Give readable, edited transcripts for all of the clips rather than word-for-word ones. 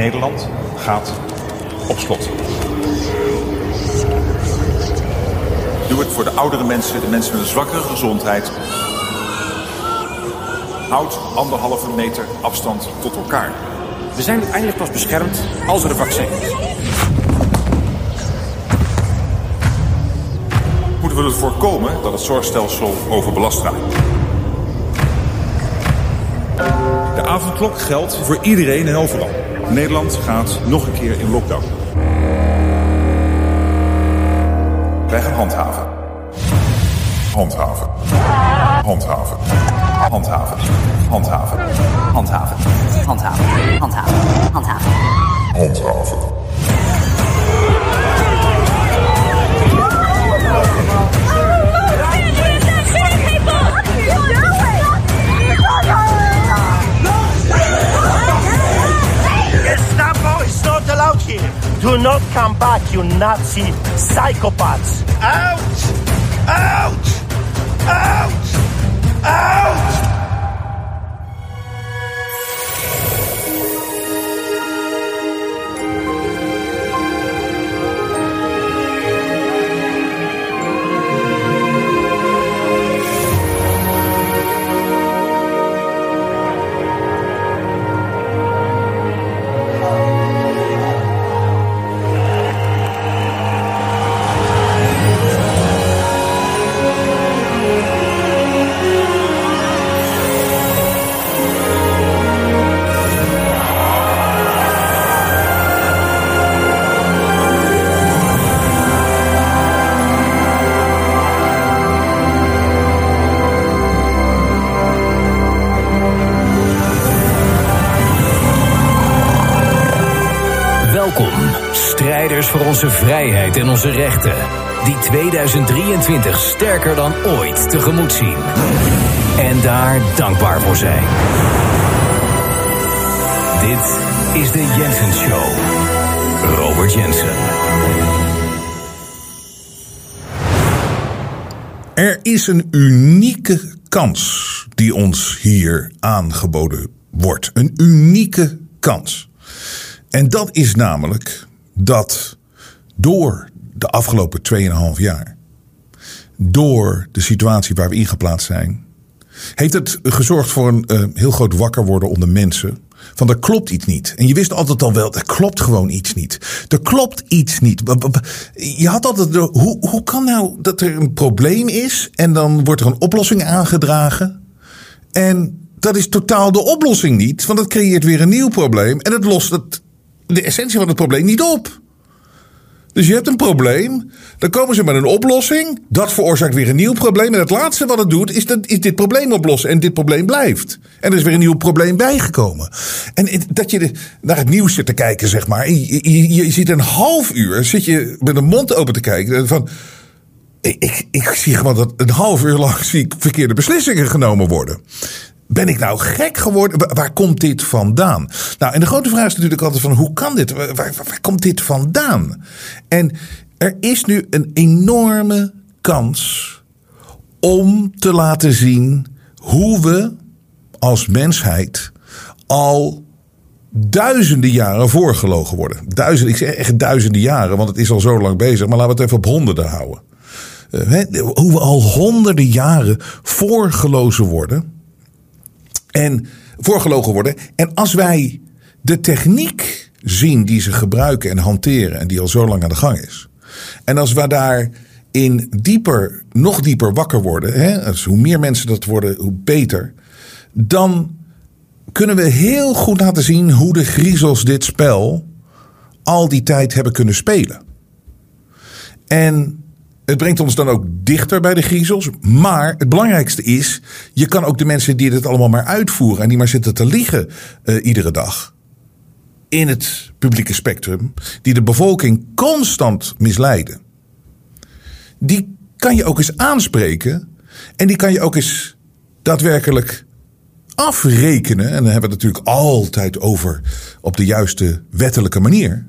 Nederland gaat op slot. Doe het voor de oudere mensen, de mensen met een zwakkere gezondheid. Houd 1,5 meter afstand tot elkaar. We zijn uiteindelijk pas beschermd als er een vaccin is. Moeten we ervoor voorkomen dat het zorgstelsel overbelast raakt. De avondklok geldt voor iedereen en overal. Nederland gaat nog een keer in lockdown. Wij gaan handhaven. Handhaven. Handhaven. Handhaven. Handhaven. Handhaven. Handhaven. Handhaven. Handhaven. Handhaven. Gestapo is not allowed here. Do not come back, you Nazi psychopaths. Out! Out! Out! Out! Strijders voor onze vrijheid en onze rechten, die 2023 sterker dan ooit tegemoet zien. En daar dankbaar voor zijn. Dit is de Jensen Show. Robert Jensen. Er is een unieke kans die ons hier aangeboden wordt. Een unieke kans. En dat is namelijk dat door de afgelopen 2,5 jaar, door de situatie waar we ingeplaatst zijn, heeft het gezorgd voor een heel groot wakker worden onder mensen. Van er klopt iets niet. En je wist altijd al wel, er klopt gewoon iets niet. Er klopt iets niet. Je had altijd, hoe kan nou dat er een probleem is en dan wordt er een oplossing aangedragen. En dat is totaal de oplossing niet, want het creëert weer een nieuw probleem en het lost de essentie van het probleem niet op. Dus je hebt een probleem, dan komen ze met een oplossing, dat veroorzaakt weer een nieuw probleem. En het laatste wat het doet, is dit probleem oplossen en dit probleem blijft. En er is weer een nieuw probleem bijgekomen. En dat je naar het nieuws zit te kijken, zeg maar. Je zit een half uur, zit je met een mond open te kijken van, ik zie gewoon dat een half uur lang verkeerde beslissingen genomen worden. Ben ik nou gek geworden? Waar komt dit vandaan? Nou, en de grote vraag is natuurlijk altijd van, hoe kan dit? Waar komt dit vandaan? En er is nu een enorme kans om te laten zien hoe we als mensheid al duizenden jaren voorgelogen worden. Ik zeg echt duizenden jaren, want het is al zo lang bezig. Maar laten we het even op honderden houden. Hoe we al honderden jaren voorgelogen worden. En als wij de techniek zien die ze gebruiken en hanteren en die al zo lang aan de gang is. En als we daarin nog dieper wakker worden, dus hoe meer mensen dat worden, hoe beter. Dan kunnen we heel goed laten zien hoe de griezels dit spel al die tijd hebben kunnen spelen. En het brengt ons dan ook dichter bij de griezels. Maar het belangrijkste is, je kan ook de mensen die dit allemaal maar uitvoeren en die maar zitten te liegen iedere dag in het publieke spectrum, die de bevolking constant misleiden, die kan je ook eens aanspreken en die kan je ook eens daadwerkelijk afrekenen. En dan hebben we het natuurlijk altijd over op de juiste wettelijke manier.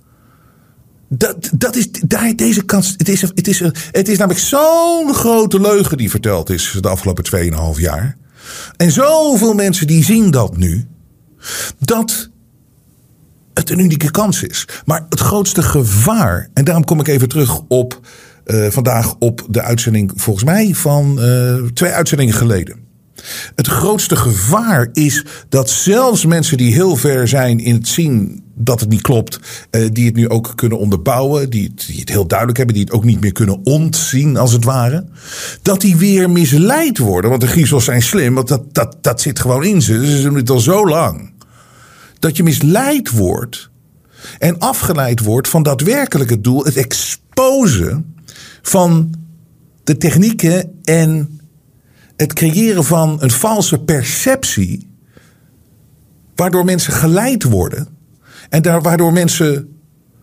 Dat is deze kans. Het is namelijk zo'n grote leugen die verteld is de afgelopen 2,5 jaar. En zoveel mensen die zien dat nu. Dat het een unieke kans is. Maar het grootste gevaar, en daarom kom ik even terug op vandaag op de uitzending volgens mij van 2 uitzendingen geleden. Het grootste gevaar is dat zelfs mensen die heel ver zijn in het zien dat het niet klopt, die het nu ook kunnen onderbouwen, die het heel duidelijk hebben, die het ook niet meer kunnen ontzien als het ware, dat die weer misleid worden. Want de griezels zijn slim, want dat zit gewoon in ze. Ze doen het al zo lang. Dat je misleid wordt en afgeleid wordt van daadwerkelijk het doel, het exposen van de technieken en het creëren van een valse perceptie, waardoor mensen geleid worden en waardoor mensen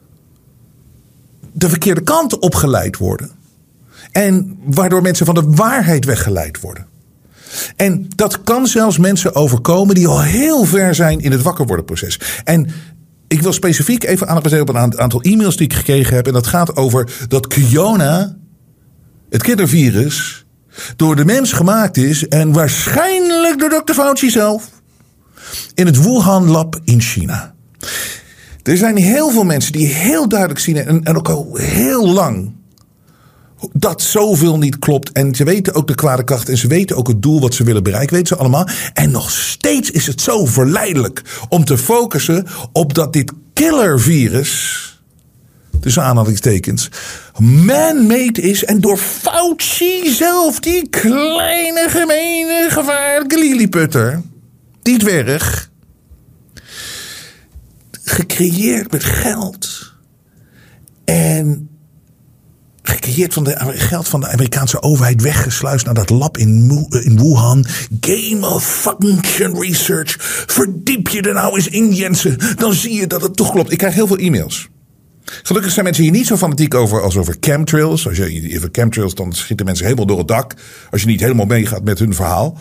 de verkeerde kant op geleid worden en waardoor mensen van de waarheid weggeleid worden. En dat kan zelfs mensen overkomen die al heel ver zijn in het wakker worden proces. En ik wil specifiek even aandacht besteden op een aantal e-mails die ik gekregen heb. En dat gaat over dat Kiona, het kindervirus, door de mens gemaakt is en waarschijnlijk door Dr. Fauci zelf in het Wuhan Lab in China. Er zijn heel veel mensen die heel duidelijk zien en ook al heel lang dat zoveel niet klopt. En ze weten ook de kwade kracht en ze weten ook het doel wat ze willen bereiken. Weten ze allemaal. En nog steeds is het zo verleidelijk om te focussen op dat dit killervirus, tussen aanhalingstekens, man-made is en door Fauci zelf, die kleine, gemene, gevaarlijke lilliputter, die dwerg, gecreëerd met geld en gecreëerd van de geld van de Amerikaanse overheid, weggesluist naar dat lab in Wuhan. Game of function research. Verdiep je er nou eens in, Jensen. Dan zie je dat het toch klopt. Ik krijg heel veel e-mails. Gelukkig zijn mensen hier niet zo fanatiek over als over chemtrails. Als je over chemtrails, dan schieten mensen helemaal door het dak. Als je niet helemaal meegaat met hun verhaal.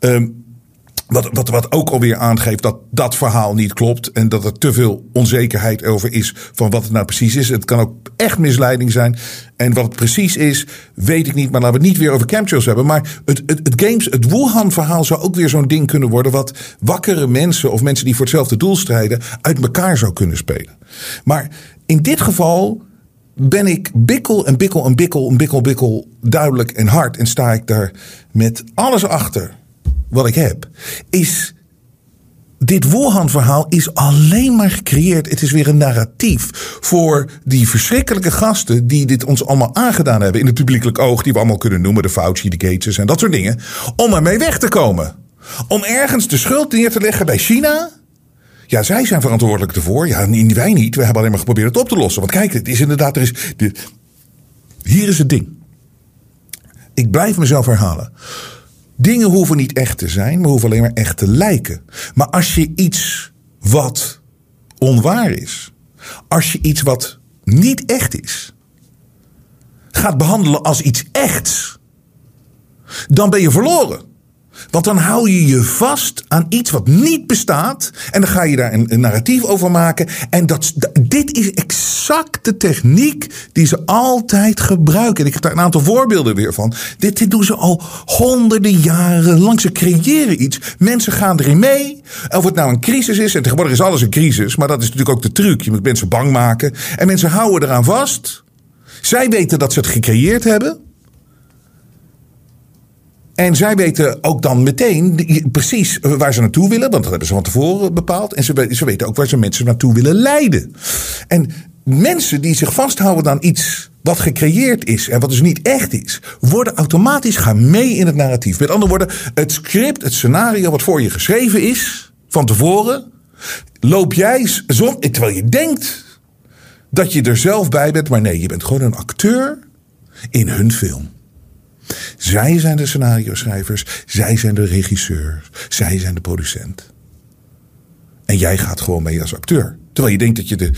Wat ook alweer aangeeft dat dat verhaal niet klopt. En dat er te veel onzekerheid over is van wat het nou precies is. Het kan ook echt misleiding zijn. En wat het precies is, weet ik niet. Maar laten we het niet weer over chemtrails hebben. Maar het Wuhan verhaal zou ook weer zo'n ding kunnen worden wat wakkere mensen of mensen die voor hetzelfde doel strijden uit elkaar zou kunnen spelen. Maar in dit geval ben ik bikkel duidelijk en hard. En sta ik daar met alles achter wat ik heb, is dit Wuhan-verhaal is alleen maar gecreëerd. Het is weer een narratief voor die verschrikkelijke gasten die dit ons allemaal aangedaan hebben in het publiekelijk oog, die we allemaal kunnen noemen, de Fauci, de Gateses en dat soort dingen, om ermee weg te komen. Om ergens de schuld neer te leggen bij China. Ja, zij zijn verantwoordelijk ervoor. Ja, wij niet. We hebben alleen maar geprobeerd het op te lossen. Want kijk, het is inderdaad, hier is het ding. Ik blijf mezelf herhalen. Dingen hoeven niet echt te zijn, maar hoeven alleen maar echt te lijken. Maar als je iets wat onwaar is, als je iets wat niet echt is, gaat behandelen als iets echts, dan ben je verloren. Want dan hou je je vast aan iets wat niet bestaat. En dan ga je daar een narratief over maken. En dit is exact de techniek die ze altijd gebruiken. En ik heb daar een aantal voorbeelden weer van. Dit doen ze al honderden jaren lang. Ze creëren iets. Mensen gaan erin mee. Of het nou een crisis is. En tegenwoordig is alles een crisis. Maar dat is natuurlijk ook de truc. Je moet mensen bang maken. En mensen houden eraan vast. Zij weten dat ze het gecreëerd hebben. En zij weten ook dan meteen precies waar ze naartoe willen. Want dat hebben ze van tevoren bepaald. En ze weten ook waar ze mensen naartoe willen leiden. En mensen die zich vasthouden aan iets wat gecreëerd is en wat dus niet echt is, worden automatisch gaan mee in het narratief. Met andere woorden, het script, het scenario wat voor je geschreven is van tevoren, loop jij terwijl je denkt dat je er zelf bij bent. Maar nee, je bent gewoon een acteur in hun film. Zij zijn de scenario-schrijvers, zij zijn de regisseurs, zij zijn de producent. En jij gaat gewoon mee als acteur. Terwijl je denkt dat je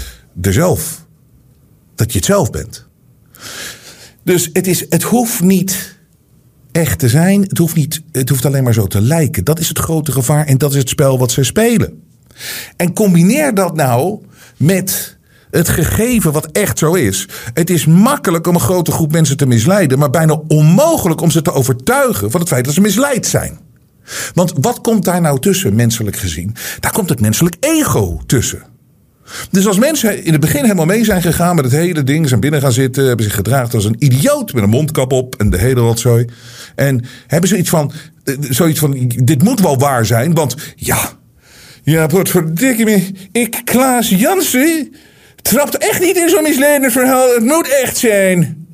het zelf bent. Dus het hoeft niet echt te zijn, het hoeft alleen maar zo te lijken. Dat is het grote gevaar en dat is het spel wat zij spelen. En combineer dat nou met het gegeven wat echt zo is. Het is makkelijk om een grote groep mensen te misleiden, maar bijna onmogelijk om ze te overtuigen van het feit dat ze misleid zijn. Want wat komt daar nou tussen, menselijk gezien? Daar komt het menselijk ego tussen. Dus als mensen in het begin helemaal mee zijn gegaan met het hele ding, zijn binnen gaan zitten, hebben zich gedraagd als een idioot met een mondkap op en de hele rotzooi. En hebben zoiets van, dit moet wel waar zijn, want ja, wat verdikke me, ik, Klaas Jansen, trapt echt niet in zo'n misleidend verhaal, het moet echt zijn.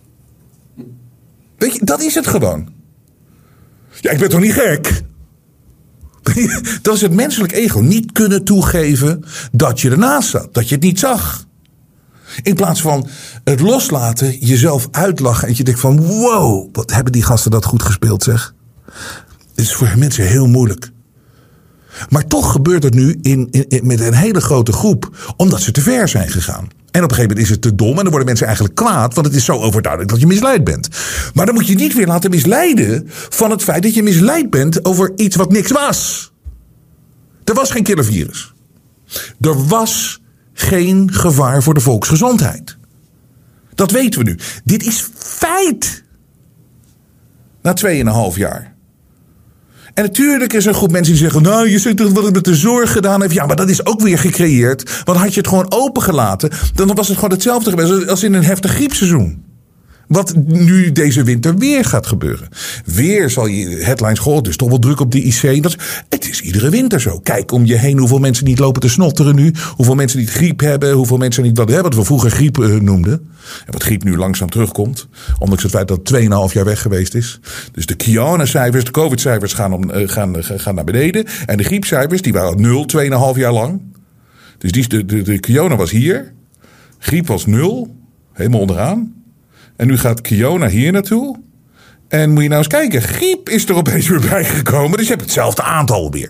Weet je, dat is het gewoon. Ja, ik ben toch niet gek? Dat is het menselijk ego. Niet kunnen toegeven dat je ernaast zat. Dat je het niet zag. In plaats van het loslaten, jezelf uitlachen. En je denkt van, wow, wat hebben die gasten dat goed gespeeld, zeg. Het is voor mensen heel moeilijk. Maar toch gebeurt het nu met een hele grote groep. Omdat ze te ver zijn gegaan. En op een gegeven moment is het te dom en dan worden mensen eigenlijk kwaad. Want het is zo overduidelijk dat je misleid bent. Maar dan moet je niet weer laten misleiden van het feit dat je misleid bent over iets wat niks was. Er was geen killervirus. Er was geen gevaar voor de volksgezondheid. Dat weten we nu. Dit is feit. Na 2,5 jaar. En natuurlijk is er een groep mensen die zeggen, nou, je zegt toch wat het met de zorg gedaan heeft. Ja, maar dat is ook weer gecreëerd. Want had je het gewoon opengelaten, dan was het gewoon hetzelfde geweest als in een heftig griepseizoen. Wat nu deze winter weer gaat gebeuren. Weer zal je headlines gehoord, dus toch wel druk op de IC. Het is iedere winter zo. Kijk om je heen hoeveel mensen niet lopen te snotteren nu. Hoeveel mensen niet griep hebben. Hoeveel mensen niet wat hebben. Wat we vroeger griep noemden. En wat griep nu langzaam terugkomt. Ondanks het feit dat het 2,5 jaar weg geweest is. Dus de Kiona-cijfers, de COVID-cijfers gaan naar beneden. En de griepcijfers die waren 0, 2,5 jaar lang. Dus de Kiona was hier. Griep was 0. Helemaal onderaan. En nu gaat Kiona hier naartoe. En moet je nou eens kijken. Griep is er opeens weer bijgekomen. Dus je hebt hetzelfde aantal weer.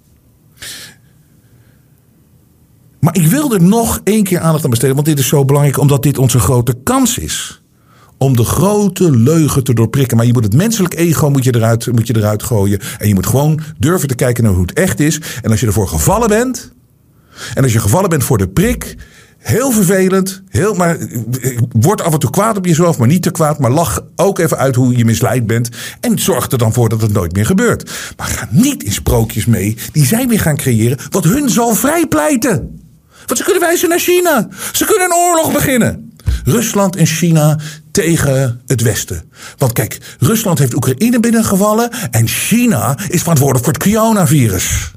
Maar ik wil er nog 1 keer aandacht aan besteden. Want dit is zo belangrijk. Omdat dit onze grote kans is. Om de grote leugen te doorprikken. Maar je moet het menselijk ego moet je eruit gooien. En je moet gewoon durven te kijken naar hoe het echt is. En als je ervoor gevallen bent. En als je gevallen bent voor de prik. Heel vervelend. Maar word af en toe kwaad op jezelf. Maar niet te kwaad. Maar lach ook even uit hoe je misleid bent. En zorg er dan voor dat het nooit meer gebeurt. Maar ga niet in sprookjes mee. Die zij weer gaan creëren. Wat hun zal vrijpleiten. Want ze kunnen wijzen naar China. Ze kunnen een oorlog beginnen. Rusland en China tegen het Westen. Want kijk, Rusland heeft Oekraïne binnengevallen. En China is verantwoordelijk voor het coronavirus.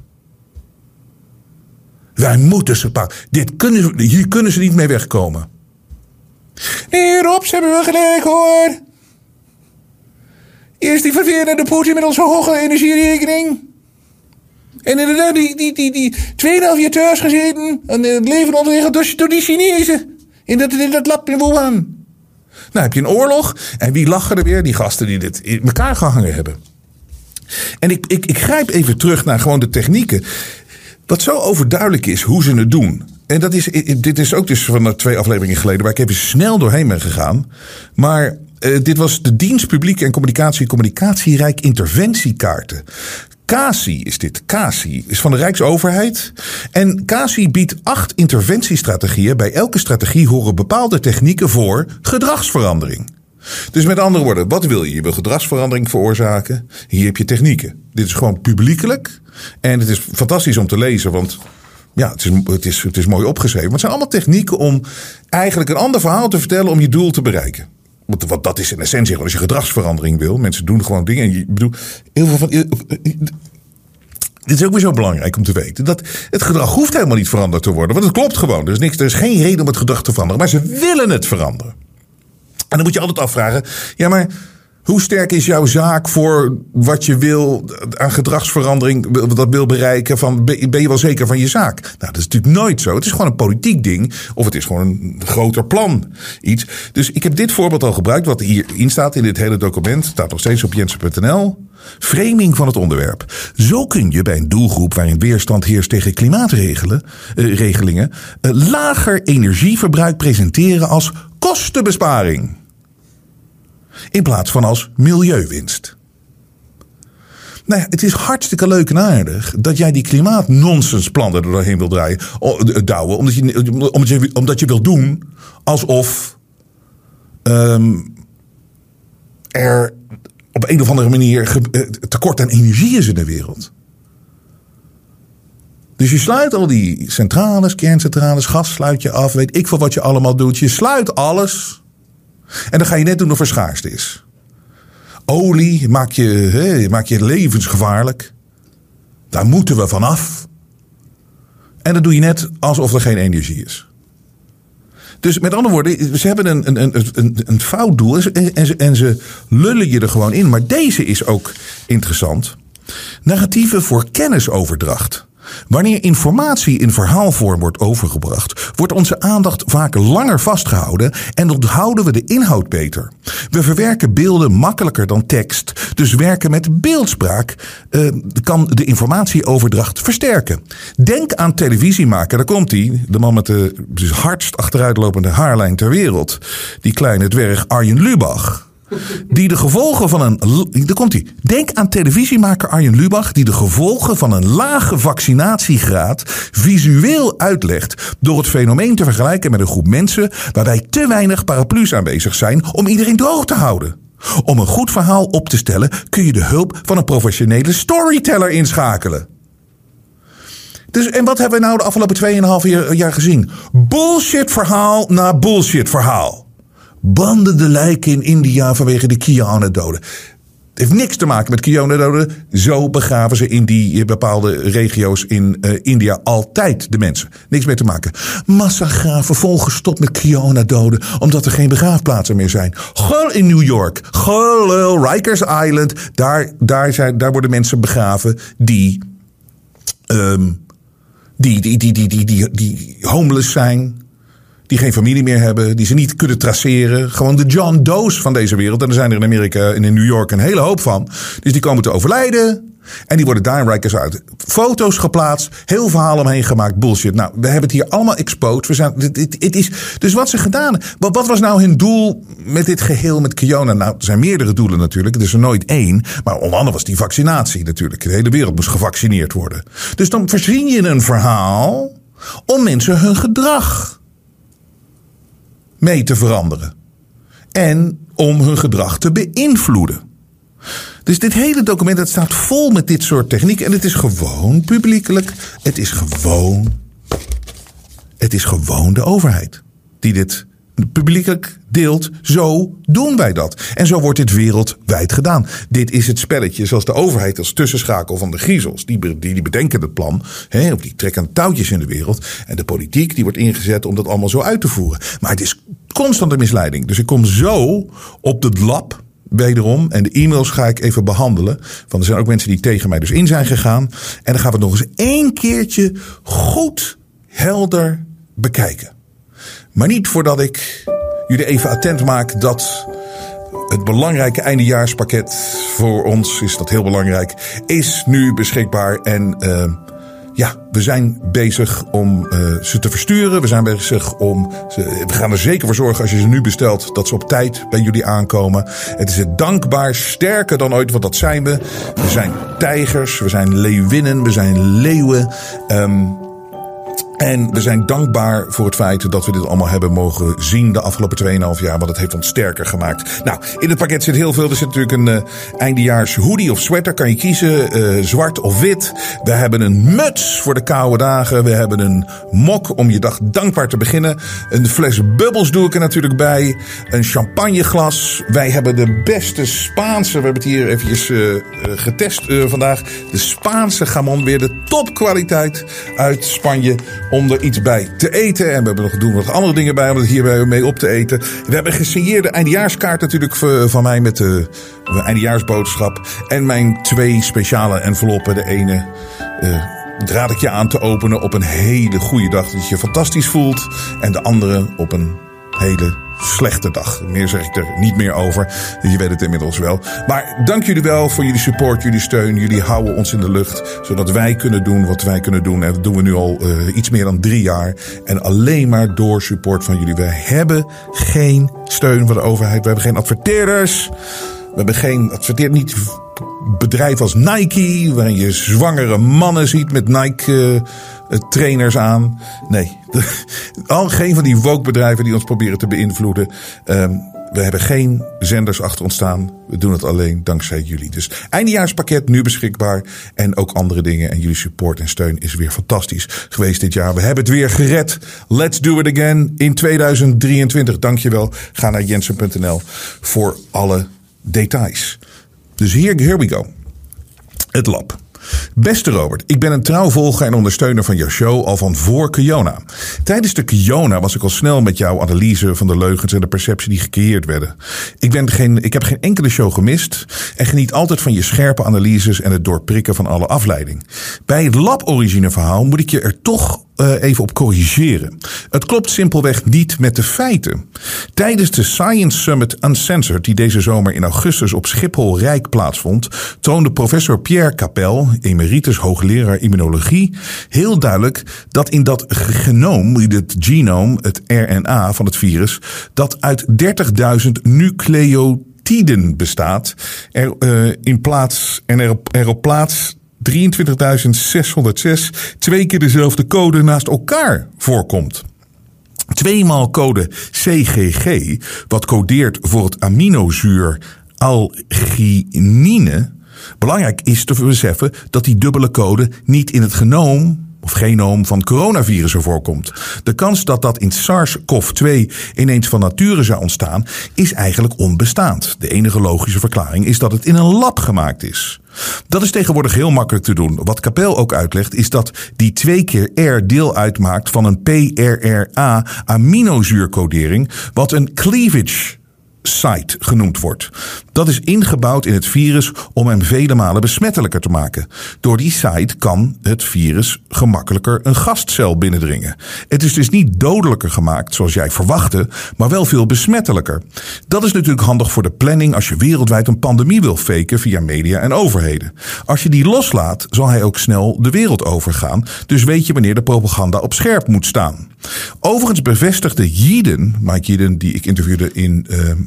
Wij moeten ze pakken. Hier kunnen ze niet mee wegkomen. Nee, Rob, ze hebben wel gelijk, hoor. Eerst die vervelende Poetin met onze hoge energierekening. En inderdaad, die 2,5 jaar thuis gezeten. En het leven ontregeld door die Chinezen. In dat lab in Wuhan. Nou heb je een oorlog. En wie lachen er weer? Die gasten die dit in elkaar gehangen hebben. En ik grijp even terug naar gewoon de technieken. Wat zo overduidelijk is hoe ze het doen. En dit is ook dus van 2 afleveringen geleden waar ik even snel doorheen ben gegaan. Maar dit was de dienst publieke en communicatierijk interventiekaarten. CASI is dit. CASI is van de Rijksoverheid. En CASI biedt 8 interventiestrategieën. Bij elke strategie horen bepaalde technieken voor gedragsverandering. Dus met andere woorden, wat wil je? Je wil gedragsverandering veroorzaken. Hier heb je technieken. Dit is gewoon publiekelijk. En het is fantastisch om te lezen, want ja, het is mooi opgeschreven. Maar het zijn allemaal technieken om eigenlijk een ander verhaal te vertellen om je doel te bereiken. Want dat is in essentie gewoon als je gedragsverandering wil. Mensen doen gewoon dingen. En heel veel van. Dit is ook weer zo belangrijk om te weten. Dat het gedrag hoeft helemaal niet veranderd te worden. Want het klopt gewoon. Er is geen reden om het gedrag te veranderen. Maar ze willen het veranderen. En dan moet je altijd afvragen. Ja, maar hoe sterk is jouw zaak voor wat je wil aan gedragsverandering, dat wil bereiken? Ben je wel zeker van je zaak? Nou, dat is natuurlijk nooit zo. Het is gewoon een politiek ding. Of het is gewoon een groter plan. Iets. Dus ik heb dit voorbeeld al gebruikt. Wat hierin staat in dit hele document. Het staat nog steeds op jensen.nl. Framing van het onderwerp. Zo kun je bij een doelgroep waarin weerstand heerst tegen klimaatregelingen lager energieverbruik presenteren als kostenbesparing. In plaats van als milieuwinst. Nou ja, het is hartstikke leuk en aardig dat jij die klimaatnonsensplannen er doorheen wil douwen. Omdat je wil doen alsof er op een of andere manier tekort aan energie is in de wereld. Dus je sluit al die centrales, kerncentrales, gas sluit je af. Weet ik veel wat je allemaal doet. Je sluit alles. En dan ga je net doen of er schaarste is. Olie maak je levensgevaarlijk. Daar moeten we vanaf. En dan doe je net alsof er geen energie is. Dus met andere woorden, ze hebben een fout doel en ze lullen je er gewoon in. Maar deze is ook interessant. Narratieven voor kennisoverdracht. Wanneer informatie in verhaalvorm wordt overgebracht, wordt onze aandacht vaak langer vastgehouden en onthouden we de inhoud beter. We verwerken beelden makkelijker dan tekst, dus werken met beeldspraak kan de informatieoverdracht versterken. Denk aan televisiemaker, daar komt hij, de man met de hardst achteruitlopende haarlijn ter wereld, die kleine dwerg Arjen Lubach. Die de gevolgen van daar komt hij. Denk aan televisiemaker Arjen Lubach, die de gevolgen van een lage vaccinatiegraad visueel uitlegt door het fenomeen te vergelijken met een groep mensen waarbij te weinig paraplu's aanwezig zijn om iedereen droog te houden. Om een goed verhaal op te stellen kun je de hulp van een professionele storyteller inschakelen. Dus, en wat hebben we nou de afgelopen 2,5 jaar gezien? Bullshit verhaal na bullshit verhaal. Banden lijken in India vanwege de Kiana-doden. Het heeft niks te maken met Kiana-doden. Zo begraven ze in die bepaalde regio's in India altijd de mensen. Niks mee te maken. Massagraven volgestopt met Kiana-doden omdat er geen begraafplaatsen meer zijn. Gewoon in New York. Gewoon Rikers Island. Daar worden mensen begraven die homeless zijn. Die geen familie meer hebben, die ze niet kunnen traceren. Gewoon de John Doe's van deze wereld. En er zijn er in Amerika en in New York een hele hoop van. Dus die komen te overlijden. En die worden daar in Rikers uit. Foto's geplaatst, heel verhaal omheen gemaakt, bullshit. Nou, we hebben het hier allemaal exposed. Dus wat ze gedaan hebben. Wat was nou hun doel met dit geheel met Kiona? Nou, er zijn meerdere doelen natuurlijk. Er is er nooit één. Maar onder andere was die vaccinatie natuurlijk. De hele wereld moest gevaccineerd worden. Dus dan verzin je een verhaal om mensen hun gedrag mee te veranderen. En om hun gedrag te beïnvloeden. Dus dit hele document, dat staat vol met dit soort technieken. En het is gewoon publiekelijk. Het is gewoon de overheid die dit publiekelijk deelt. Zo doen wij dat. En zo wordt dit wereldwijd gedaan. Dit is het spelletje zoals de overheid als tussenschakel van de griezels. Die bedenken het plan. Of die trekken touwtjes in de wereld. En de politiek die wordt ingezet om dat allemaal zo uit te voeren. Maar het is constante misleiding. Dus ik kom zo op het lab wederom. En de e-mails ga ik even behandelen. Want er zijn ook mensen die tegen mij dus in zijn gegaan. En dan gaan we het nog eens 1 keertje goed helder bekijken. Maar niet voordat ik jullie even attent maak dat het belangrijke eindejaarspakket voor ons, is dat heel belangrijk, is nu beschikbaar. En we zijn bezig om ze te versturen. We zijn bezig we gaan er zeker voor zorgen als je ze nu bestelt dat ze op tijd bij jullie aankomen. Het is het dankbaar sterker dan ooit, want dat zijn we. We zijn tijgers, we zijn leeuwinnen, we zijn leeuwen. En we zijn dankbaar voor het feit dat we dit allemaal hebben mogen zien de afgelopen 2,5 jaar. Want het heeft ons sterker gemaakt. Nou, in het pakket zit heel veel. Er zit natuurlijk een eindejaars hoodie of sweater. Kan je kiezen, zwart of wit. We hebben een muts voor de koude dagen. We hebben een mok om je dag dankbaar te beginnen. Een fles bubbels doe ik er natuurlijk bij. Een champagneglas. Wij hebben de beste Spaanse. We hebben het hier eventjes getest vandaag. De Spaanse gamon. Weer de topkwaliteit uit Spanje. Om er iets bij te eten. En we hebben nog wat andere dingen bij om het hierbij mee op te eten. We hebben een gesigneerde eindejaarskaart natuurlijk van mij met de eindejaarsboodschap. En mijn 2 speciale enveloppen. De ene raad ik je aan te openen op een hele goede dag. Dat je je fantastisch voelt. En de andere op een hele slechte dag. Meer zeg ik er niet meer over. Je weet het inmiddels wel. Maar dank jullie wel voor jullie support, jullie steun. Jullie houden ons in de lucht. Zodat wij kunnen doen wat wij kunnen doen. En dat doen we nu al iets meer dan 3 jaar. En alleen maar door support van jullie. Wij hebben geen steun van de overheid. We hebben geen adverteerders. We hebben geen niet bedrijf als Nike. Waarin je zwangere mannen ziet met Nike trainers aan. Nee, al geen van die woke bedrijven die ons proberen te beïnvloeden. we hebben geen zenders achter ons staan. We doen het alleen dankzij jullie. Dus eindejaarspakket nu beschikbaar. En ook andere dingen. En jullie support en steun is weer fantastisch geweest dit jaar. We hebben het weer gered. Let's do it again in 2023. Dankjewel. Ga naar jensen.nl voor alle details. Dus here we go. Het lab. Beste Robert, ik ben een trouw volger en ondersteuner van jouw show al van voor Kiona. Tijdens de Kiona was ik al snel met jouw analyse van de leugens en de perceptie die gecreëerd werden. Ik heb geen enkele show gemist en geniet altijd van je scherpe analyses en het doorprikken van alle afleiding. Bij het lab-origine verhaal moet ik je er toch even op corrigeren. Het klopt simpelweg niet met de feiten. Tijdens de Science Summit Uncensored, die deze zomer in augustus op Schiphol Rijk plaatsvond, toonde professor Pierre Capel, emeritus hoogleraar immunologie, heel duidelijk dat in dat genoom, het genoom, het RNA van het virus, dat uit 30.000 nucleotiden bestaat, er op plaats 23.606 2 keer dezelfde code naast elkaar voorkomt. 2x code CGG, wat codeert voor het aminozuur arginine. Belangrijk is te beseffen dat die dubbele code niet in het genoom van coronavirussen voorkomt. De kans dat dat in SARS-CoV-2 ineens van nature zou ontstaan is eigenlijk onbestaand. De enige logische verklaring is dat het in een lab gemaakt is. Dat is tegenwoordig heel makkelijk te doen. Wat Capel ook uitlegt is dat die 2 keer R deel uitmaakt van een PRRA aminozuurcodering, wat een cleavage site genoemd wordt. Dat is ingebouwd in het virus om hem vele malen besmettelijker te maken. Door die site kan het virus gemakkelijker een gastcel binnendringen. Het is dus niet dodelijker gemaakt zoals jij verwachtte, maar wel veel besmettelijker. Dat is natuurlijk handig voor de planning als je wereldwijd een pandemie wil faken via media en overheden. Als je die loslaat, zal hij ook snel de wereld overgaan. Dus weet je wanneer de propaganda op scherp moet staan. Overigens bevestigde Mike Yeadon, die ik interviewde in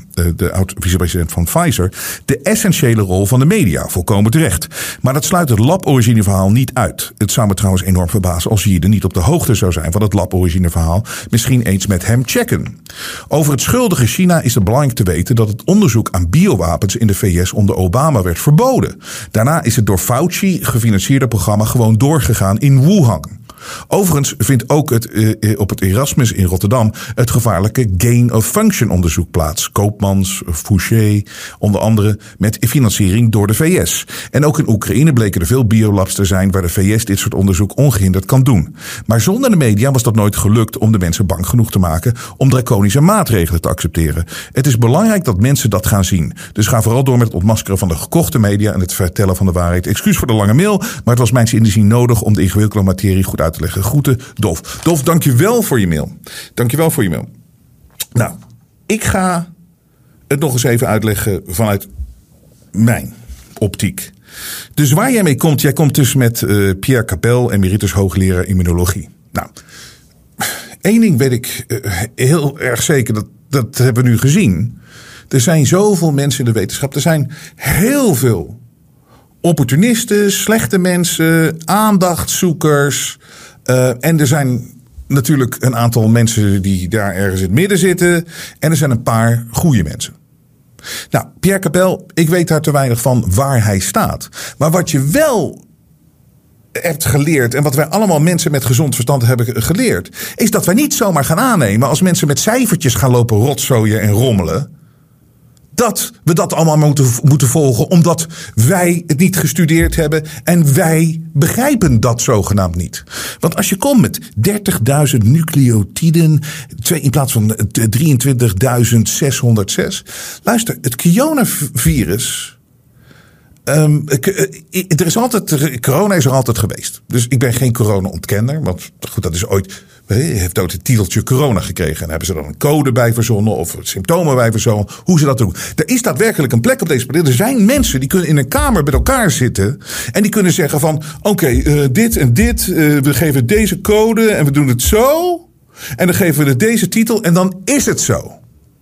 de oud-vicepresident van Pfizer, de essentiële rol van de media. Volkomen terecht. Maar dat sluit het lab-origine verhaal niet uit. Het zou me trouwens enorm verbazen als Yeadon niet op de hoogte zou zijn van het lab-origine verhaal. Misschien eens met hem checken. Over het schuldige China is het belangrijk te weten dat het onderzoek aan biowapens in de VS onder Obama werd verboden. Daarna is het door Fauci gefinancierde programma gewoon doorgegaan in Wuhan. Overigens vindt ook op het Erasmus in Rotterdam het gevaarlijke gain-of-function onderzoek plaats. Koopmans, Fouché, onder andere met financiering door de VS. En ook in Oekraïne bleken er veel biolabs te zijn waar de VS dit soort onderzoek ongehinderd kan doen. Maar zonder de media was dat nooit gelukt om de mensen bang genoeg te maken om draconische maatregelen te accepteren. Het is belangrijk dat mensen dat gaan zien. Dus ga vooral door met het ontmaskeren van de gekochte media en het vertellen van de waarheid. Excuus voor de lange mail, maar het was mijns inzien nodig om de ingewikkelde materie goed uit te leggen. Groeten, Dolf. Dolf, dankjewel voor je mail. Dankjewel voor je mail. Nou, ik ga het nog eens even uitleggen vanuit mijn optiek. Dus waar jij mee komt, jij komt dus met Pierre Capel, emeritus hoogleraar immunologie. Nou, één ding weet ik heel erg zeker, dat hebben we nu gezien. Er zijn zoveel mensen in de wetenschap, er zijn heel veel opportunisten, slechte mensen, aandachtzoekers. En er zijn natuurlijk een aantal mensen die daar ergens in het midden zitten. En er zijn een paar goede mensen. Nou, Pierre Capel, ik weet daar te weinig van waar hij staat. Maar wat je wel hebt geleerd en wat wij allemaal mensen met gezond verstand hebben geleerd, is dat wij niet zomaar gaan aannemen als mensen met cijfertjes gaan lopen rotzooien en rommelen, dat we dat allemaal moeten volgen omdat wij het niet gestudeerd hebben en wij begrijpen dat zogenaamd niet. Want als je komt met 30.000 nucleotiden in plaats van 23.606. Luister, het coronavirus. Corona is er altijd geweest. Dus ik ben geen corona-ontkenner. Want goed, dat is ooit. Heeft ook het titeltje corona gekregen. En hebben ze dan een code bij verzonnen of symptomen bij verzonnen. Hoe ze dat doen. Er is daadwerkelijk een plek op deze planeet. Er zijn mensen die kunnen in een kamer met elkaar zitten. En die kunnen zeggen van oké, dit en dit. We geven deze code en we doen het zo. En dan geven we deze titel en dan is het zo.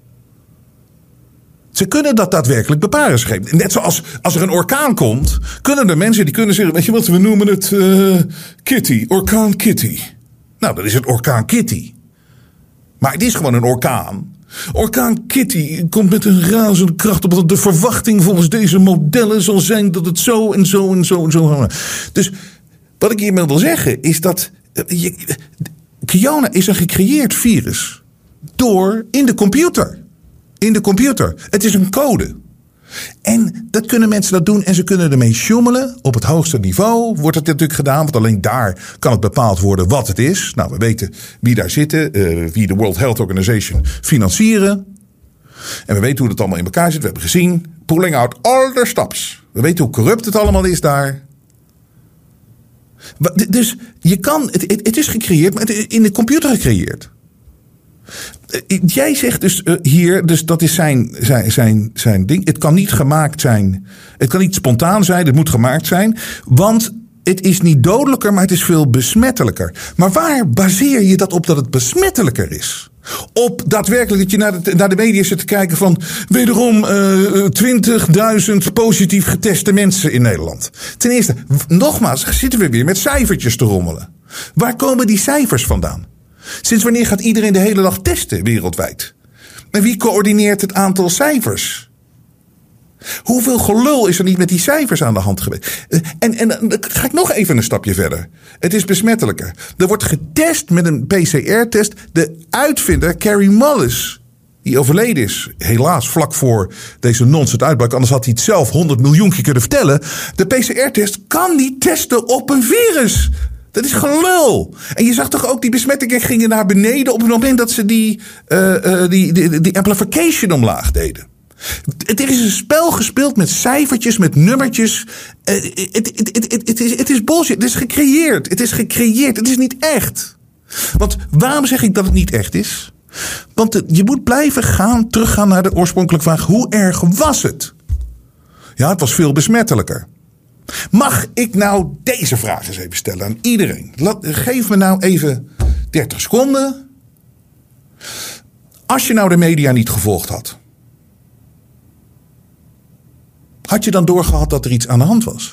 Ze kunnen dat daadwerkelijk bepalen. Net zoals als er een orkaan komt, kunnen er mensen die kunnen zeggen, weet je wat, we noemen het Kitty, orkaan Kitty. Nou, dat is het orkaan Kitty. Maar het is gewoon een orkaan Orkaan Kitty komt met een razende kracht op. De verwachting volgens deze modellen zal zijn dat het zo en zo en zo en zo. Dus wat ik hiermee wil zeggen is dat Kiona is een gecreëerd virus in de computer. In de computer. Het is een code. En dat kunnen mensen dat doen en ze kunnen ermee sjoemelen. Op het hoogste niveau wordt het natuurlijk gedaan. Want alleen daar kan het bepaald worden wat het is. Nou, we weten wie daar zitten. Wie de World Health Organization financieren. En we weten hoe het allemaal in elkaar zit. We hebben gezien. Pulling out all the stops. We weten hoe corrupt het allemaal is daar. Dus je kan... Het is gecreëerd, maar het is in de computer gecreëerd. Jij zegt dus hier, dus dat is zijn ding. Het kan niet gemaakt zijn. Het kan niet spontaan zijn. Het moet gemaakt zijn. Want het is niet dodelijker, maar het is veel besmettelijker. Maar waar baseer je dat op dat het besmettelijker is? Op daadwerkelijk dat je naar de media zit te kijken van wederom 20.000 positief geteste mensen in Nederland. Ten eerste, nogmaals, zitten we weer met cijfertjes te rommelen. Waar komen die cijfers vandaan? Sinds wanneer gaat iedereen de hele dag testen wereldwijd? En wie coördineert het aantal cijfers? Hoeveel gelul is er niet met die cijfers aan de hand geweest? En dan ga ik nog even een stapje verder. Het is besmettelijker. Er wordt getest met een PCR-test. De uitvinder, Kary Mullis, die overleden is, helaas vlak voor deze nonsens uitbraak. Anders had hij het zelf 100 miljoen keer kunnen vertellen. De PCR-test kan niet testen op een virus. Dat is gelul. En je zag toch ook die besmettingen gingen naar beneden op het moment dat ze die amplification omlaag deden. Er is een spel gespeeld met cijfertjes, met nummertjes. Het is bullshit. Het is gecreëerd. Het is niet echt. Want waarom zeg ik dat het niet echt is? Want je moet blijven teruggaan naar de oorspronkelijke vraag. Hoe erg was het? Ja, het was veel besmettelijker. Mag ik nou deze vraag eens even stellen aan iedereen? Geef me nou even 30 seconden. Als je nou de media niet gevolgd had. Had je dan doorgehad dat er iets aan de hand was?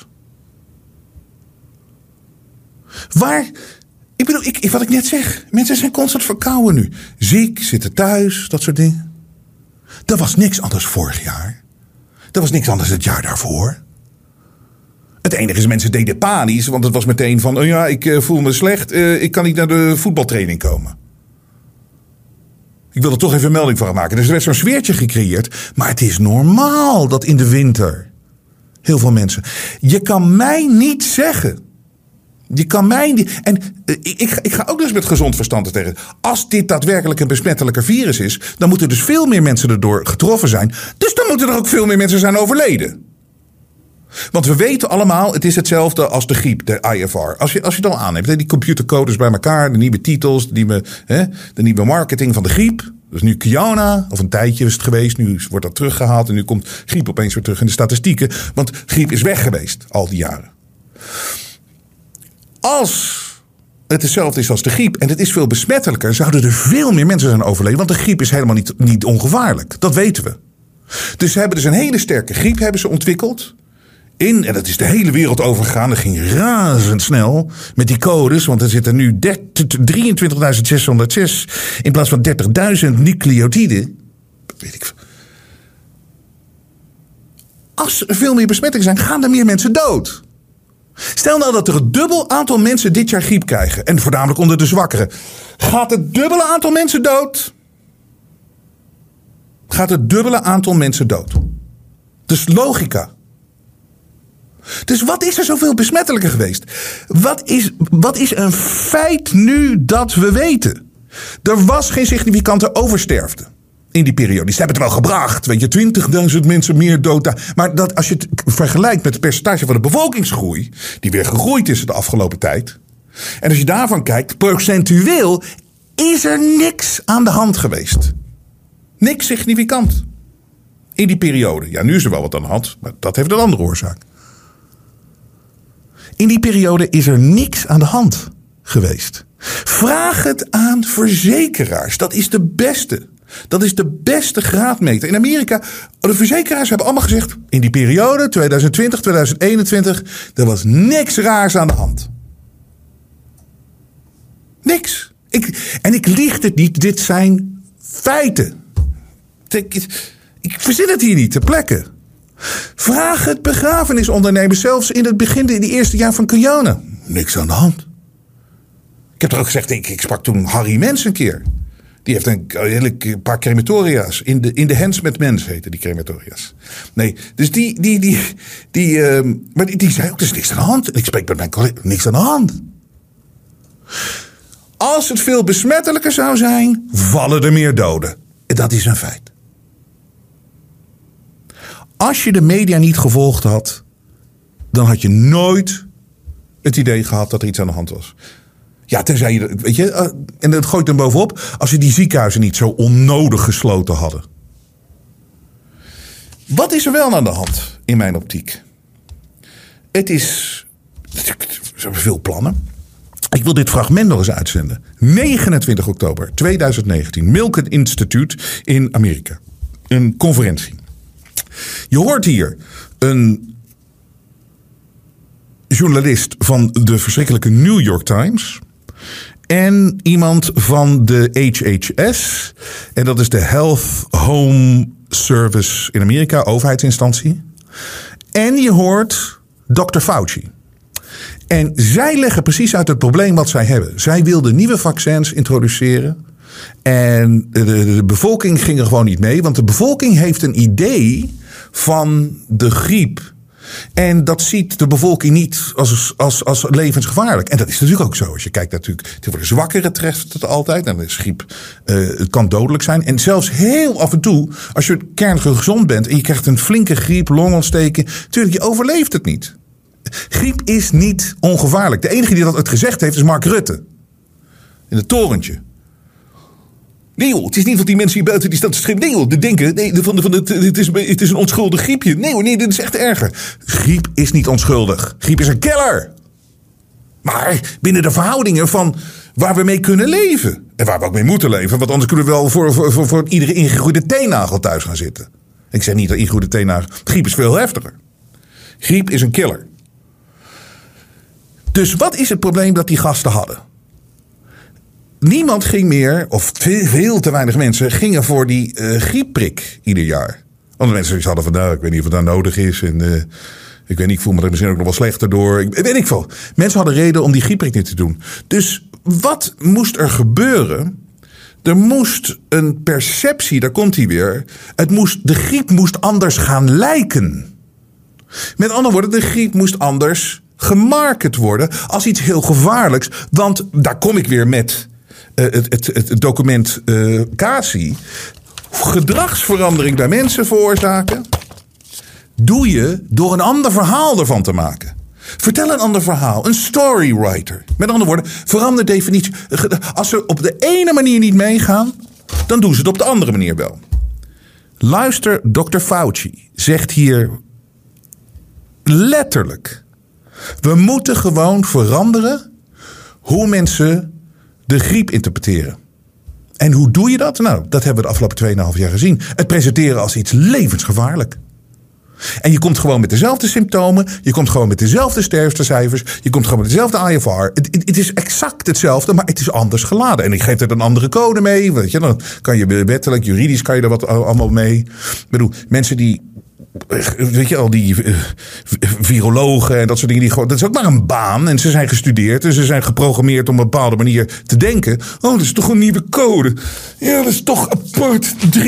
Wat ik net zeg. Mensen zijn constant verkouden nu. Ziek, zitten thuis, dat soort dingen. Dat was niks anders vorig jaar. Dat was niks anders het jaar daarvoor. Het enige is, mensen deden panisch, want het was meteen van, ik voel me slecht, ik kan niet naar de voetbaltraining komen. Ik wil er toch even een melding van maken. Dus er werd zo'n sfeertje gecreëerd, maar het is normaal dat in de winter heel veel mensen... Je kan mij niet zeggen... En ik ga ook dus met gezond verstand er tegen. Als dit daadwerkelijk een besmettelijker virus is, dan moeten dus veel meer mensen erdoor getroffen zijn. Dus dan moeten er ook veel meer mensen zijn overleden. Want we weten allemaal, het is hetzelfde als de griep, de IFR. Als je het al aanneemt, die computercodes bij elkaar, de nieuwe titels, de nieuwe marketing van de griep. Dus nu Kiona, of een tijdje is het geweest, nu wordt dat teruggehaald en nu komt griep opeens weer terug in de statistieken. Want griep is weg geweest al die jaren. Als het hetzelfde is als de griep en het is veel besmettelijker, zouden er veel meer mensen zijn overleden. Want de griep is helemaal niet ongevaarlijk. Dat weten we. Dus ze hebben dus een hele sterke griep ontwikkeld. En dat is de hele wereld overgegaan. Dat ging razendsnel met die codes. Want er zitten nu 23.606 in plaats van 30.000 nucleotiden. Weet ik. Als er veel meer besmettingen zijn, gaan er meer mensen dood. Stel nou dat er een dubbel aantal mensen dit jaar griep krijgen. En voornamelijk onder de zwakkeren. Gaat het dubbele aantal mensen dood? Gaat het dubbele aantal mensen dood? Dus logica. Dus wat is er zoveel besmettelijker geweest? Wat is een feit nu dat we weten? Er was geen significante oversterfte in die periode. Ze hebben het wel gebracht. Weet je, 20.000 mensen meer dood. Maar als je het vergelijkt met het percentage van de bevolkingsgroei, die weer gegroeid is de afgelopen tijd. En als je daarvan kijkt, procentueel is er niks aan de hand geweest. Niks significant. In die periode. Ja, nu is er wel wat aan de hand, maar dat heeft een andere oorzaak. In die periode is er niks aan de hand geweest. Vraag het aan verzekeraars. Dat is de beste. Dat is de beste graadmeter. In Amerika, de verzekeraars hebben allemaal gezegd, in die periode, 2020, 2021, er was niks raars aan de hand. Niks. Ik lieg het niet. Dit zijn feiten. Ik verzin het hier niet ter plekke. Vraag het begrafenisondernemers, zelfs in het begin, in die eerste jaar van corona. Niks aan de hand. Ik heb er ook gezegd, ik sprak toen Harry Mens een keer. Die heeft een paar crematoria's. In de Hens met Mens heten die crematoria's. Nee, dus maar die zei ook, er is niks aan de hand. En ik spreek met mijn collega, niks aan de hand. Als het veel besmettelijker zou zijn, vallen er meer doden. En dat is een feit. Als je de media niet gevolgd had, dan had je nooit het idee gehad dat er iets aan de hand was. Ja, tenzij je, weet je, en dat gooit dan bovenop, als je die ziekenhuizen niet zo onnodig gesloten hadden. Wat is er wel aan de hand in mijn optiek? Ze hebben veel plannen. Ik wil dit fragment nog eens uitzenden. 29 oktober 2019, Milken Institute in Amerika. Een conferentie. Je hoort hier een journalist van de verschrikkelijke New York Times en iemand van de HHS. En dat is de Health Home Service in Amerika, overheidsinstantie. En je hoort Dr. Fauci. En zij leggen precies uit het probleem wat zij hebben. Zij wilden nieuwe vaccins introduceren. En de bevolking ging er gewoon niet mee. Want de bevolking heeft een idee van de griep. En dat ziet de bevolking niet als levensgevaarlijk. En dat is natuurlijk ook zo. Als je kijkt natuurlijk, voor de zwakkeren treft het altijd. En de griep kan dodelijk zijn. En zelfs heel af en toe, als je kernig gezond bent en je krijgt een flinke griep, longontsteking. Natuurlijk, je overleeft het niet. Griep is niet ongevaarlijk. De enige die dat gezegd heeft is Mark Rutte. In het torentje. Nee joh, het is niet wat die mensen hier buiten die staan te schreeuwen. Nee joh, die denken, het is een onschuldig griepje. Nee hoor, nee, dit is echt erger. Griep is niet onschuldig. Griep is een killer. Maar binnen de verhoudingen van waar we mee kunnen leven. En waar we ook mee moeten leven. Want anders kunnen we wel voor iedere ingegroeide teennagel thuis gaan zitten. Ik zeg niet dat ingegroeide teennagel. Griep is veel heftiger. Griep is een killer. Dus wat is het probleem dat die gasten hadden? Niemand ging meer, of veel te weinig mensen, gingen voor die griepprik ieder jaar. Want de mensen hadden van, nou, ik weet niet of het nou nodig is. En ik weet niet, ik voel me er misschien ook nog wel slechter door. Weet ik veel. Mensen hadden reden om die griepprik niet te doen. Dus wat moest er gebeuren? Er moest een perceptie, daar komt hij weer. De griep moest anders gaan lijken. Met andere woorden, de griep moest anders gemarket worden als iets heel gevaarlijks. Want daar kom ik weer met het document CASI. Gedragsverandering bij mensen veroorzaken doe je door een ander verhaal ervan te maken. Vertel een ander verhaal. Een storywriter. Met andere woorden, verander definitie. Als ze op de ene manier niet meegaan, dan doen ze het op de andere manier wel. Luister, Dr. Fauci zegt hier letterlijk: we moeten gewoon veranderen hoe mensen de griep interpreteren. En hoe doe je dat? Nou, dat hebben we de afgelopen 2,5 jaar gezien. Het presenteren als iets levensgevaarlijk. En je komt gewoon met dezelfde symptomen. Je komt gewoon met dezelfde sterftecijfers. Je komt gewoon met dezelfde IFR. Het is exact hetzelfde, maar het is anders geladen. En ik geef er een andere code mee. Weet je, dan kan je wettelijk, juridisch kan je er wat allemaal mee. Ik bedoel, mensen die, weet je al, die virologen en dat soort dingen, dat is ook maar een baan. En ze zijn gestudeerd en ze zijn geprogrammeerd op een bepaalde manier te denken. Oh, dat is toch een nieuwe code. Ja, dat is toch apart. 23.022.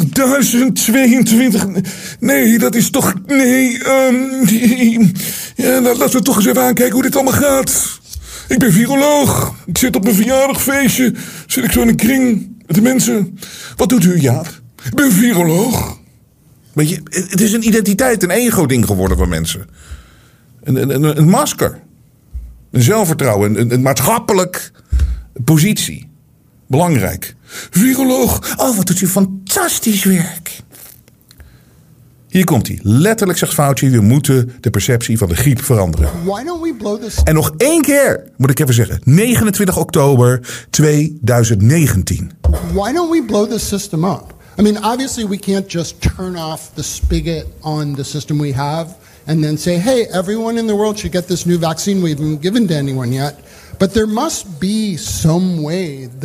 Nee, dat is toch, nee. Ja, laten we toch eens even aankijken hoe dit allemaal gaat. Ik ben viroloog. Ik zit op een verjaardagfeestje. Zit ik zo in een kring met de mensen. Wat doet u, Jaap? Ik ben viroloog. Weet je, het is een identiteit, een ego-ding geworden van mensen. Een masker. Een zelfvertrouwen, een maatschappelijk positie. Belangrijk. Viroloog. Oh, wat doet u fantastisch werk. Hier komt hij. Letterlijk zegt Fauci, we moeten de perceptie van de griep veranderen. Why don't we blow this... En nog 1 keer, moet ik even zeggen. 29 oktober 2019. Why don't we blow this system up? I mean, obviously we can't just turn off the spigot on the system we have and then say, hey, everyone in the world should get this new vaccine we haven't given to anyone yet. But there must be some way that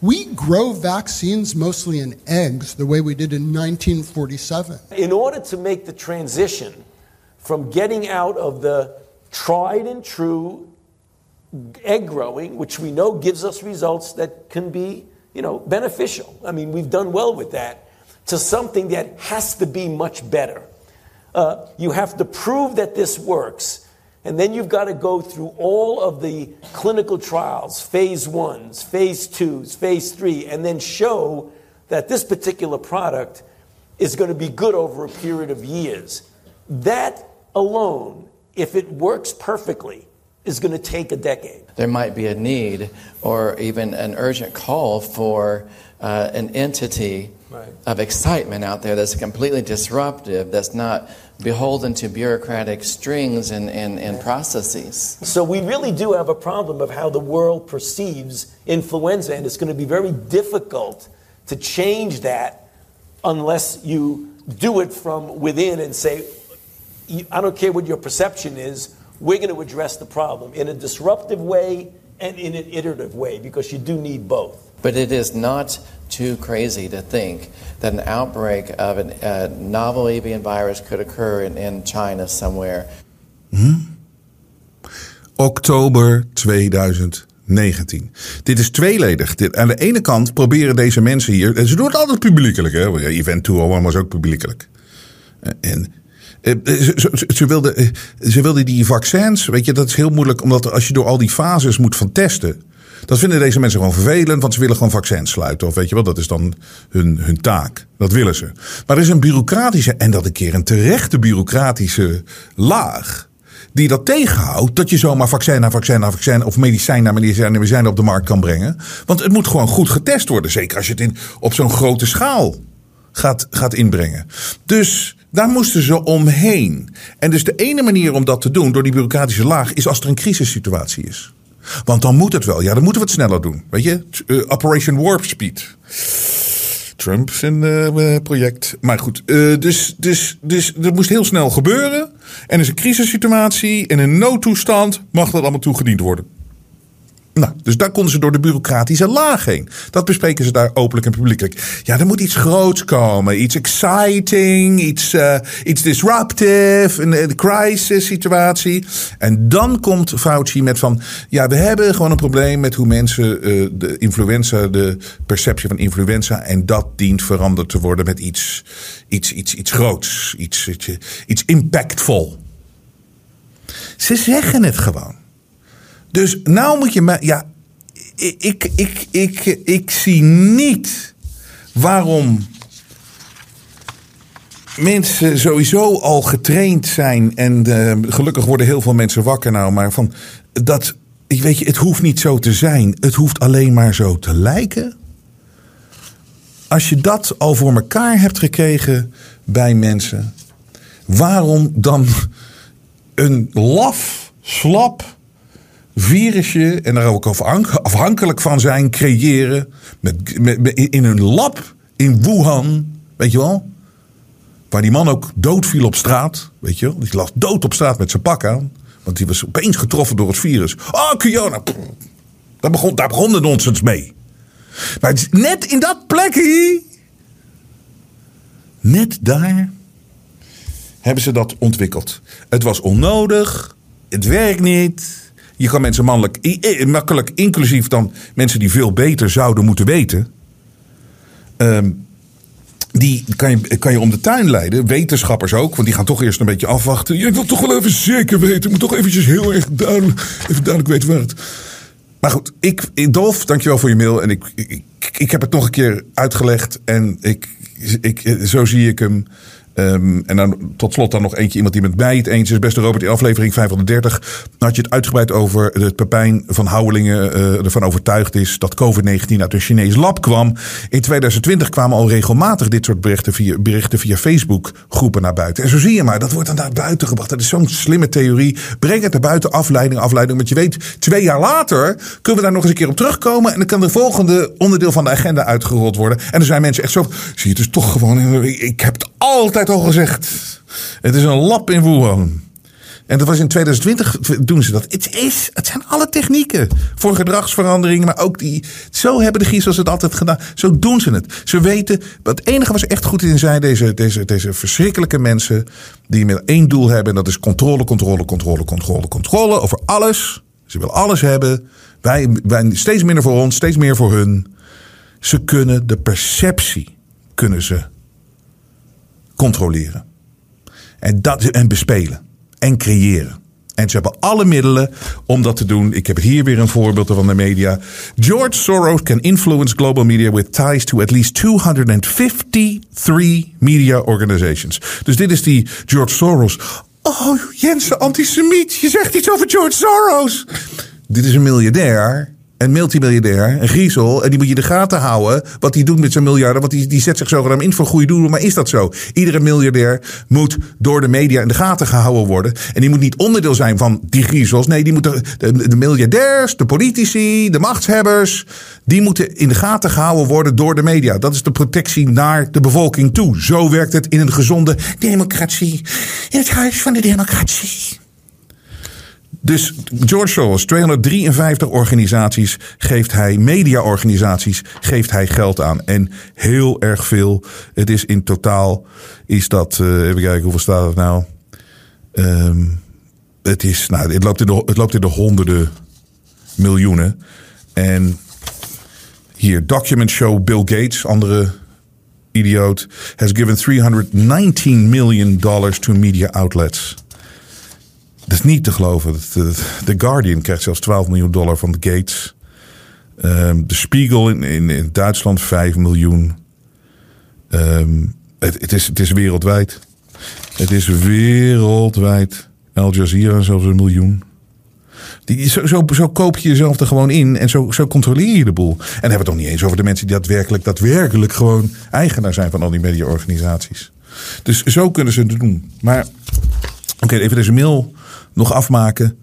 We grow vaccines mostly in eggs, the way we did in 1947. In order to make the transition from getting out of the tried and true egg growing, which we know gives us results that can be, beneficial. I mean, we've done well with that, to something that has to be much better. You have to prove that this works, and then you've got to go through all of the clinical trials, phase 1s, phase 2s, phase 3, and then show that this particular product is going to be good over a period of years. That alone, if it works perfectly, is going to take a decade. There might be a need or even an urgent call for an entity of excitement out there that's completely disruptive, that's not beholden to bureaucratic strings and processes. So we really do have a problem of how the world perceives influenza, and it's going to be very difficult to change that unless you do it from within and say, I don't care what your perception is, we're going to address the problem in a disruptive way and in an iterative way, because you do need both. But it is not too crazy to think that an outbreak of a novel avian virus could occur in China somewhere. Oktober 2019. Dit is tweeledig. Aan de ene kant proberen deze mensen hier... En ze doen het altijd publiekelijk. Hè? Event 201 was ook publiekelijk. En... Ze wilden die vaccins, weet je, dat is heel moeilijk, omdat als je door al die fases moet van testen, dat vinden deze mensen gewoon vervelend, want ze willen gewoon vaccins sluiten. Of weet je wel, dat is dan hun taak. Dat willen ze. Maar er is een bureaucratische, en dat een keer een terechte bureaucratische laag, die dat tegenhoudt, dat je zomaar vaccin na vaccin na vaccin of medicijn na medicijn op de markt kan brengen. Want het moet gewoon goed getest worden, zeker als je het op zo'n grote schaal gaat inbrengen. Dus daar moesten ze omheen. En dus de ene manier om dat te doen, door die bureaucratische laag, is als er een crisissituatie is. Want dan moet het wel. Ja, dan moeten we het sneller doen. Weet je? Operation Warp Speed. Trump zijn project. Maar goed, dus dat moest heel snel gebeuren. En is een crisissituatie, in een noodtoestand, mag dat allemaal toegediend worden. Nou, dus daar konden ze door de bureaucratische laag heen. Dat bespreken ze daar openlijk en publiekelijk. Ja, er moet iets groots komen. Iets exciting, iets disruptive, een crisis situatie. En dan komt Fauci met van, ja, we hebben gewoon een probleem met hoe mensen de influenza, de perceptie van influenza, en dat dient veranderd te worden met iets groots, iets impactvol. Ze zeggen het gewoon. Dus nou moet je maar... Ja, ik zie niet waarom mensen sowieso al getraind zijn. En gelukkig worden heel veel mensen wakker nou. Maar van dat, weet je, het hoeft niet zo te zijn. Het hoeft alleen maar zo te lijken. Als je dat al voor elkaar hebt gekregen bij mensen, waarom dan een laf, slap virusje, en daar ook afhankelijk van zijn, creëren in een lab in Wuhan, weet je wel, waar die man ook doodviel op straat, weet je wel, die lag dood op straat met zijn pak aan, want die was opeens getroffen door het virus. Oh, corona, daar begon de nonsens mee. Maar net in dat plekje, net daar, hebben ze dat ontwikkeld. Het was onnodig, het werkt niet. Je kan mensen makkelijk, inclusief dan mensen die veel beter zouden moeten weten, die kan je om de tuin leiden. Wetenschappers ook, want die gaan toch eerst een beetje afwachten. Ja, ik wil toch wel even zeker weten. Ik moet toch eventjes heel erg duidelijk weten waar het... Maar goed, Dolf, dankjewel voor je mail. En ik heb het nog een keer uitgelegd. En zo zie ik hem. En dan tot slot dan nog eentje, iemand die met mij het eens is. Beste Robert, in aflevering 530 had je het uitgebreid over het Pepijn van Houwelingen ervan overtuigd is dat COVID-19 uit een Chinees lab kwam. In 2020 kwamen al regelmatig dit soort berichten via Facebook groepen naar buiten. En zo zie je maar, dat wordt dan naar buiten gebracht. Dat is zo'n slimme theorie. Breng het naar buiten, afleiding. Want je weet, 2 jaar later kunnen we daar nog eens een keer op terugkomen. En dan kan de volgende onderdeel van de agenda uitgerold worden. En er zijn mensen echt zo, zie je het is toch gewoon, ik heb het altijd al gezegd. Het is een lab in Wuhan. En dat was in 2020 doen ze dat. Het zijn alle technieken voor gedragsverandering. Maar ook zo hebben de griezels het altijd gedaan. Zo doen ze het. Ze weten, het enige wat ze echt goed in zijn, deze verschrikkelijke mensen die met één doel hebben. En dat is controle over alles. Ze willen alles hebben. Wij steeds minder voor ons, steeds meer voor hun. Ze kunnen de perceptie controleren. En bespelen. En creëren. En ze hebben alle middelen om dat te doen. Ik heb hier weer een voorbeeld van de media. George Soros can influence global media with ties to at least 253 media organizations. Dus dit is die George Soros. Oh, Jensen, antisemiet. Je zegt iets over George Soros. Dit is een miljardair. Een multimiljardair, een griezel. En die moet je in de gaten houden. Wat hij doet met zijn miljarden. Want die zet zich zogenaamd in voor goede doelen. Maar is dat zo? Iedere miljardair moet door de media in de gaten gehouden worden. En die moet niet onderdeel zijn van die griezels. Nee, die moeten de miljardairs, de politici, de machtshebbers. Die moeten in de gaten gehouden worden door de media. Dat is de protectie naar de bevolking toe. Zo werkt het in een gezonde democratie. In het huis van de democratie. Dus George Soros, 253 organisaties mediaorganisaties geeft hij geld aan. En heel erg veel. Het is in totaal, even kijken, hoeveel staat het nou? Het loopt in de honderden miljoenen. En hier, documents show Bill Gates, andere idioot, has given $319 million to media outlets. Dat is niet te geloven. The Guardian krijgt zelfs $12 miljoen van de Gates. De Spiegel in Duitsland 5 miljoen. Het is wereldwijd. Het is wereldwijd. Al Jazeera zelfs 1 miljoen. Zo koop je jezelf er gewoon in. En zo controleer je de boel. En dan hebben we het nog niet eens over de mensen die daadwerkelijk gewoon eigenaar zijn van al die mediaorganisaties. Dus zo kunnen ze het doen. Maar oké, even deze mail nog afmaken.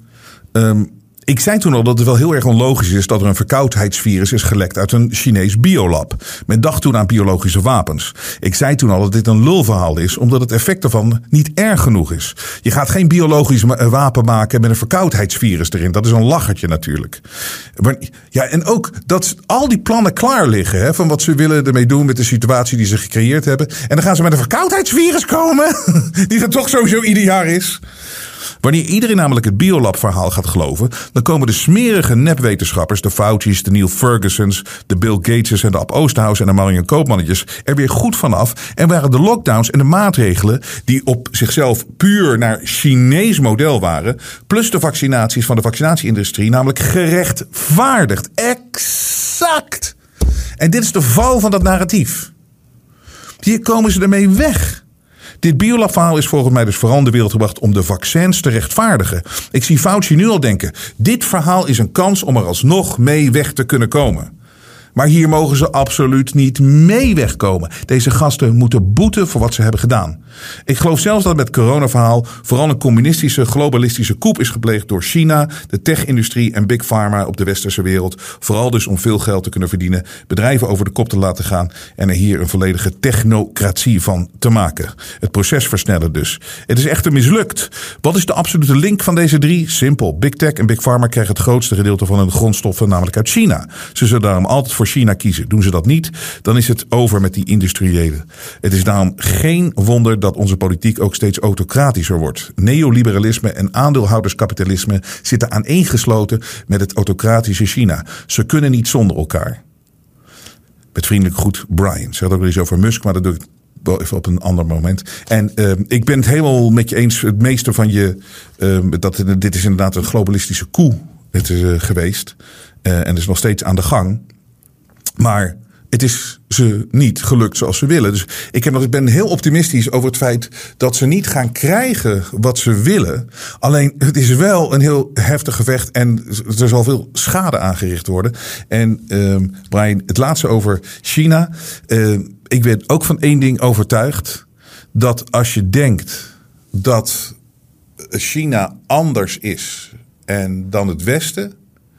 Ik zei toen al dat het wel heel erg onlogisch is dat er een verkoudheidsvirus is gelekt uit een Chinees biolab. Men dacht toen aan biologische wapens. Ik zei toen al dat dit een lulverhaal is, omdat het effect ervan niet erg genoeg is. Je gaat geen biologisch wapen maken met een verkoudheidsvirus erin. Dat is een lachertje natuurlijk. Ja, en ook dat al die plannen klaar liggen, hè, van wat ze willen ermee doen met de situatie die ze gecreëerd hebben. En dan gaan ze met een verkoudheidsvirus komen, die er toch sowieso ieder jaar is. Wanneer iedereen namelijk het biolab-verhaal gaat geloven, dan komen de smerige nepwetenschappers, de Fauci's, de Neil Fergusons, de Bill Gateses en de Ab Oosterhuis en de Marion Koopmannetjes er weer goed vanaf en waren de lockdowns en de maatregelen die op zichzelf puur naar Chinees model waren, plus de vaccinaties van de vaccinatieindustrie, namelijk gerechtvaardigd. Exact! En dit is de val van dat narratief. Hier komen ze ermee weg. Dit biolab-verhaal is volgens mij dus vooral in de wereld gebracht om de vaccins te rechtvaardigen. Ik zie Fauci nu al denken, dit verhaal is een kans om er alsnog mee weg te kunnen komen. Maar hier mogen ze absoluut niet mee wegkomen. Deze gasten moeten boeten voor wat ze hebben gedaan. Ik geloof zelfs dat met het coronaverhaal vooral een communistische, globalistische coup is gepleegd door China, de tech-industrie en Big Pharma op de westerse wereld. Vooral dus om veel geld te kunnen verdienen, bedrijven over de kop te laten gaan en er hier een volledige technocratie van te maken. Het proces versnellen dus. Het is echter mislukt. Wat is de absolute link van deze drie? Simpel. Big Tech en Big Pharma krijgen het grootste gedeelte van hun grondstoffen, namelijk uit China. Ze zullen daarom altijd voor China kiezen. Doen ze dat niet, dan is het over met die industriëlen. Het is daarom geen wonder dat onze politiek ook steeds autocratischer wordt. Neoliberalisme en aandeelhouderskapitalisme zitten aaneengesloten met het autocratische China. Ze kunnen niet zonder elkaar. Met vriendelijk groet, Brian. Ze had ook wel iets over Musk, maar dat doe ik wel even op een ander moment. En ik ben het helemaal met je eens. Het meeste van je, dit is inderdaad een globalistische coup geweest. En het is nog steeds aan de gang. Maar het is ze niet gelukt zoals ze willen. Dus ik ben heel optimistisch over het feit dat ze niet gaan krijgen wat ze willen. Alleen het is wel een heel heftig gevecht en er zal veel schade aangericht worden. En Brian, het laatste over China. Ik ben ook van één ding overtuigd. Dat als je denkt dat China anders is dan het Westen,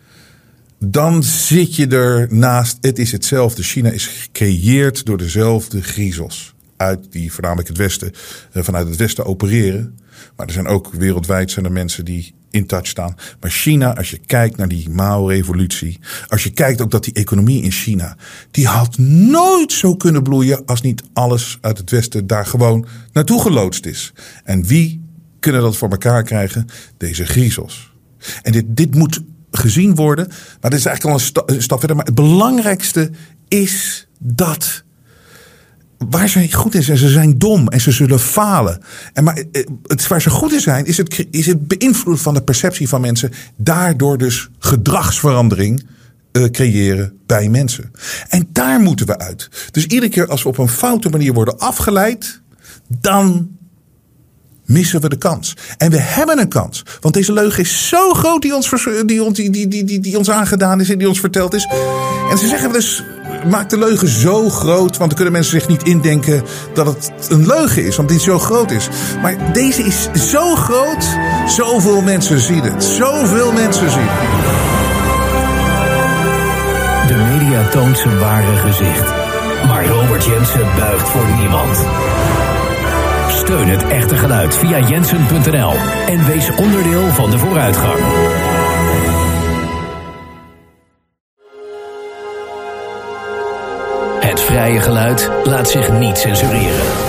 dan zit je ernaast. Het is hetzelfde. China is gecreëerd door dezelfde griezels. die voornamelijk vanuit het Westen opereren. Maar er zijn ook wereldwijd zijn er mensen die in touch staan. Maar China, als je kijkt naar die Mao-revolutie. Als je kijkt ook dat die economie in China. Die had nooit zo kunnen bloeien als niet alles uit het Westen daar gewoon naartoe geloodst is. En wie kunnen dat voor elkaar krijgen? Deze griezels. En dit moet gezien worden. Maar dit is eigenlijk al een stap verder. Maar het belangrijkste is dat waar ze goed in zijn, ze zijn dom en ze zullen falen. Maar waar ze goed in zijn, is het beïnvloeden van de perceptie van mensen. Daardoor dus gedragsverandering creëren bij mensen. En daar moeten we uit. Dus iedere keer als we op een foute manier worden afgeleid, dan missen we de kans. En we hebben een kans. Want deze leugen is zo groot die ons aangedaan is en die ons verteld is. En ze zeggen dus, maak de leugen zo groot, want dan kunnen mensen zich niet indenken dat het een leugen is, want die zo groot is. Maar deze is zo groot, zoveel mensen zien het. Zoveel mensen zien het. De media toont zijn ware gezicht. Maar Robert Jensen buigt voor niemand. Steun het echte geluid via jensen.nl en wees onderdeel van de vooruitgang. Het vrije geluid laat zich niet censureren.